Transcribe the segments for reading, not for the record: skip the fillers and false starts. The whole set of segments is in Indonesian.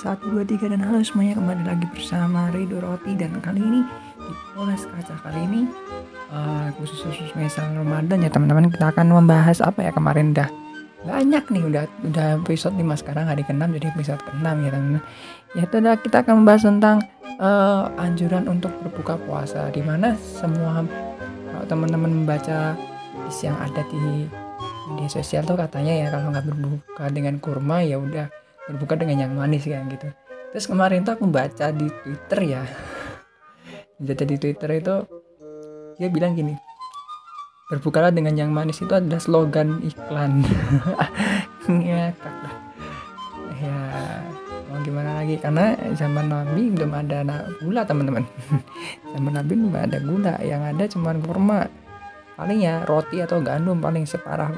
1, 2, 3 dan halo semuanya, kembali lagi bersama Rido Roti. Dan kali ini di Poles Kaca kali ini khusus misal Ramadan ya teman-teman, kita akan membahas apa ya, kemarin udah banyak nih, udah episode 5, sekarang hari ke-6 jadi episode ke-6 ya teman-teman. Yaitu adalah kita akan membahas tentang anjuran untuk berbuka puasa, dimana semua kalau teman-teman membaca yang ada di media sosial tuh katanya ya, kalau nggak berbuka dengan kurma ya udah berbuka dengan yang manis kayak gitu. Terus kemarin tuh aku baca di Twitter ya, baca di Twitter itu dia bilang gini, berbukalah dengan yang manis itu adalah slogan iklan. Ngakak lah ya, mau gimana lagi, karena zaman Nabi belum ada gula teman-teman. Zaman Nabi belum ada gula, yang ada cuma kurma, paling ya roti atau gandum, paling separah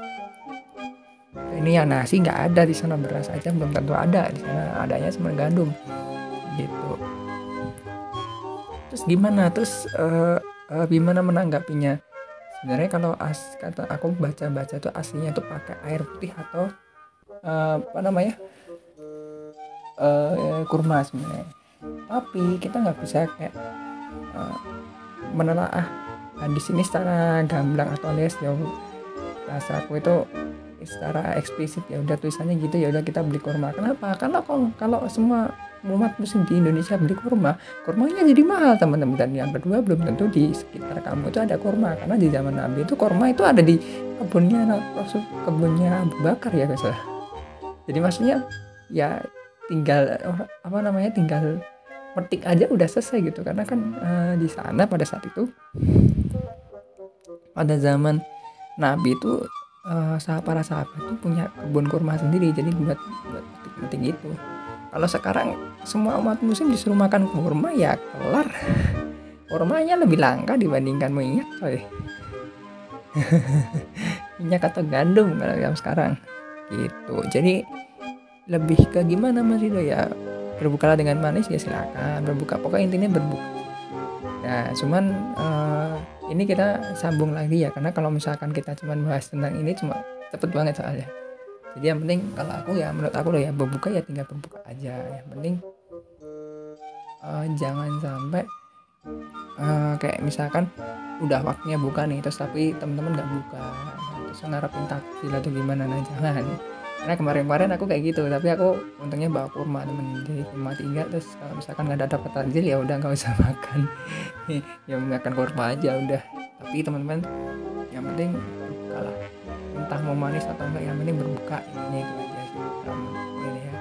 ini ya, nasi nggak ada di sana, beras aja belum tentu ada di sana, adanya cuma gandum gitu. Terus gimana menanggapinya? Sebenarnya kalau kata aku baca tuh aslinya tuh pakai air putih atau kurma sebenarnya. Tapi kita nggak bisa kayak menelaah hadis ini secara gamblang atau alias ya bahasa aku itu secara eksplisit, ya udah tulisannya gitu, ya udah kita beli kurma. Kenapa? Karena kalau semua umat muslim di Indonesia beli kurmanya jadi mahal teman-teman. Dan yang kedua, belum tentu di sekitar kamu itu ada kurma, karena di zaman Nabi itu kurma itu ada di kebunnya Abu Bakar ya guys. Jadi maksudnya ya tinggal tinggal petik aja udah selesai gitu, karena kan di sana pada saat itu, pada zaman Nabi itu para sahabat tuh punya kebun kurma sendiri, jadi buat petik gitu. Kalau sekarang semua umat muslim disuruh makan kurma ya kelar. Kurmanya lebih langka dibandingkan minyak coy. Minyak atau gandum kalau yang sekarang gitu. Jadi lebih ke gimana Mas Rido ya, berbukalah dengan manis ya silakan berbuka, pokoknya intinya berbuka. Nah cuman ini kita sambung lagi ya, karena kalau misalkan kita cuma bahas tentang ini cuma cepet banget soalnya. Jadi yang penting kalau aku ya, menurut aku loh ya, berbuka ya tinggal berbuka aja. Yang penting jangan sampai kayak misalkan udah waktunya buka nih, terus tapi teman-teman nggak buka, terus ngarepin takjil atau gimana, nah jangan. Karena kemarin aku kayak gitu, tapi aku untungnya bawa kurma temen, jadi kurma 3. Terus kalau misalkan nggak ada dapat takjil ya udah nggak usah makan. Ya makan kurma aja udah. Tapi teman-teman yang penting berbukalah, entah mau manis atau enggak, yang penting berbuka, ini itu aja sih ini ya.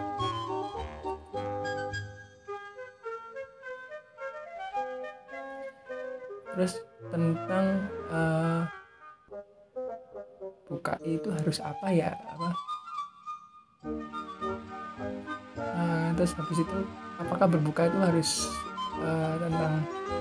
Terus tentang buka itu harus apa ya, terus habis itu apakah berbuka itu harus tentang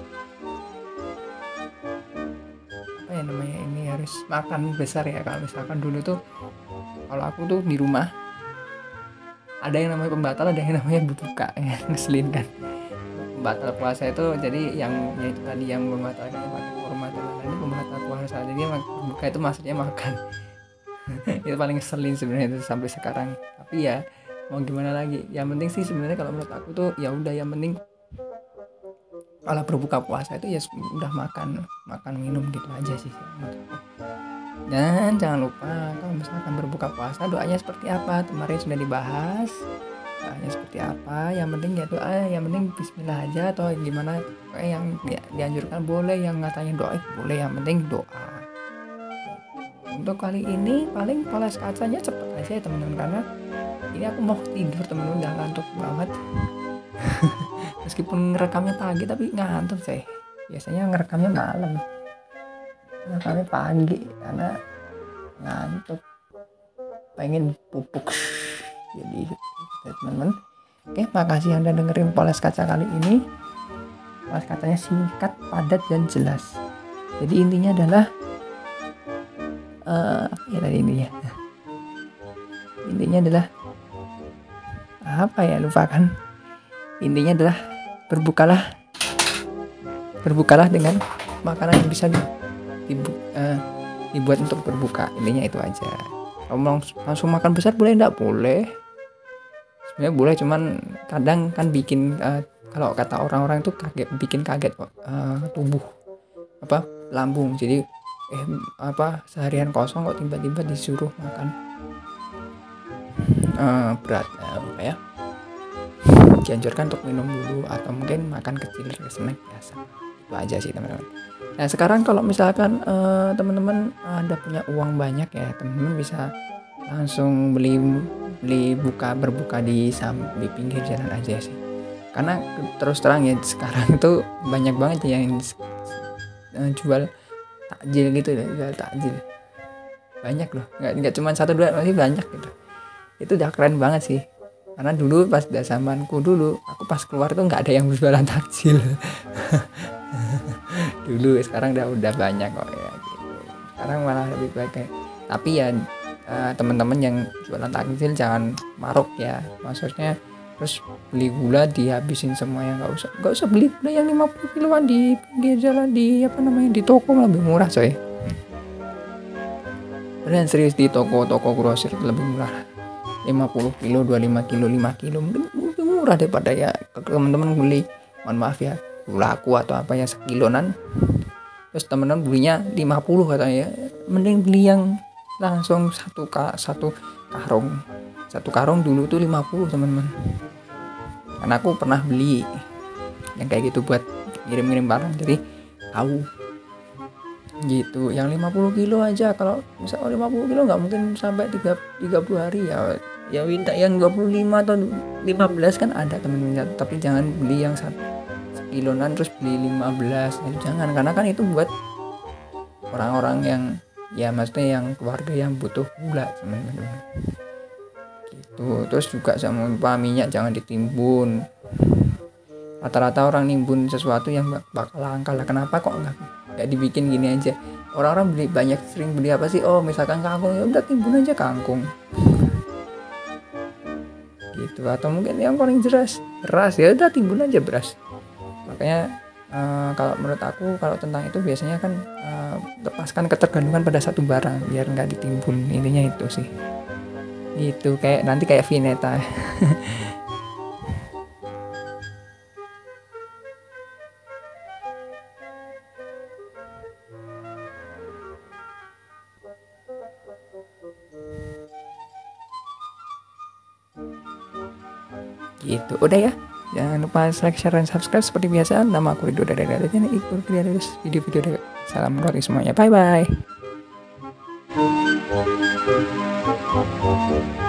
apa ya namanya, ini harus makan besar ya. Kalau misalkan dulu tuh, kalau aku tuh di rumah ada yang namanya pembatal, ada yang namanya berbuka ya. Ngeselin kan, pembatal puasa itu jadi yang yaitu tadi yang membatalkan pakai kurma, dan ini pembatal puasa, jadi berbuka itu maksudnya makan. Itu paling ngeselin sebenarnya itu sampai sekarang. Tapi ya mau gimana lagi, yang penting sih sebenarnya kalau menurut aku tuh ya udah, yang penting kalau berbuka puasa itu ya udah makan minum gitu aja sih menurut aku. Dan jangan lupa kalau misalkan berbuka puasa doanya seperti apa, kemarin sudah dibahas doanya seperti apa. Yang penting ya doa, yang penting bismillah aja atau gimana, kayak yang dianjurkan boleh, yang katanya doa boleh, yang penting doa. Untuk kali ini paling Poles Kacanya cepet aja ya teman-teman, karena ini aku mau tidur teman-teman, udah ngantuk banget. Meskipun ngerekamnya pagi tapi ngantuk sih. Biasanya ngerekamnya malam, ngerekamnya pagi karena ngantuk, pengen pupuk. Jadi teman-teman, oke, makasih Anda dengerin Poles Kaca kali ini. Poles Kacanya singkat, padat, dan jelas. Jadi intinya adalah intinya adalah apa ya, lupa kan. Intinya adalah berbukalah dengan makanan yang bisa dibuat untuk berbuka. Intinya itu aja. Kalau langsung makan besar boleh, enggak boleh. sebenarnya boleh, cuman kadang kan bikin kalau kata orang-orang itu bikin kaget kok, tubuh lambung. Jadi seharian kosong kok tiba-tiba disuruh makan berat, ya dianjurkan untuk minum dulu atau mungkin makan kecil snack biasa. Itu aja sih teman-teman. Nah sekarang kalau misalkan teman-teman ada punya uang banyak ya, teman-teman bisa langsung berbuka di pinggir jalan aja sih. Karena terus terang ya sekarang itu banyak banget yang jual takjil gitu ya, jual takjil banyak loh, nggak cuma 1-2, masih banyak gitu. Itu udah keren banget sih, karena dulu pas zamanku dulu, aku pas keluar tuh nggak ada yang jualan takjil dulu. Sekarang udah banyak kok ya gitu. Sekarang malah lebih baik kayak, tapi ya teman-teman yang jualan takjil jangan maruk ya, maksudnya terus beli gula dihabisin semua, yang nggak usah beli gula yang 50 kiloan di pinggir jalan di toko, lebih murah coy. Beneran serius, di toko grosir lebih murah, 50 kilo, 25 kilo, 5 kilo mungkin lebih murah daripada ya teman-teman beli, mohon maaf ya, gula aku atau apa ya sekilonan, terus teman-teman belinya 50 katanya, mending beli yang langsung satu karung dulu tuh 50 teman-teman. Karena aku pernah beli yang kayak gitu buat ngirim-ngirim barang, jadi tahu gitu. Yang 50 kilo aja, kalau misalnya 50 kilo nggak mungkin sampai 30 hari ya minta yang 25 atau 15 kan ada teman-teman. Tapi jangan beli yang sekilonan terus beli 15, itu jangan, karena kan itu buat orang-orang yang ya maksudnya yang keluarga yang butuh gula teman-teman gitu. Terus juga sama minyak jangan ditimbun. Rata-rata orang nimbun sesuatu yang bakal langka lah. Kenapa kok nggak dibikin gini aja? Orang-orang sering beli apa sih? Oh misalkan kangkung, ya udah timbun aja kangkung gitu. Atau mungkin yang paling beras ya udah timbun aja beras. Makanya kalau menurut aku, kalau tentang itu biasanya kan lepaskan ketergantungan pada satu barang biar nggak ditimbun, intinya itu sih. Gitu, kayak Vineta gitu. Udah ya, jangan lupa like, share, dan subscribe seperti biasa. Nama aku Ridho dari ikut video-video. Salam roti semuanya, bye bye.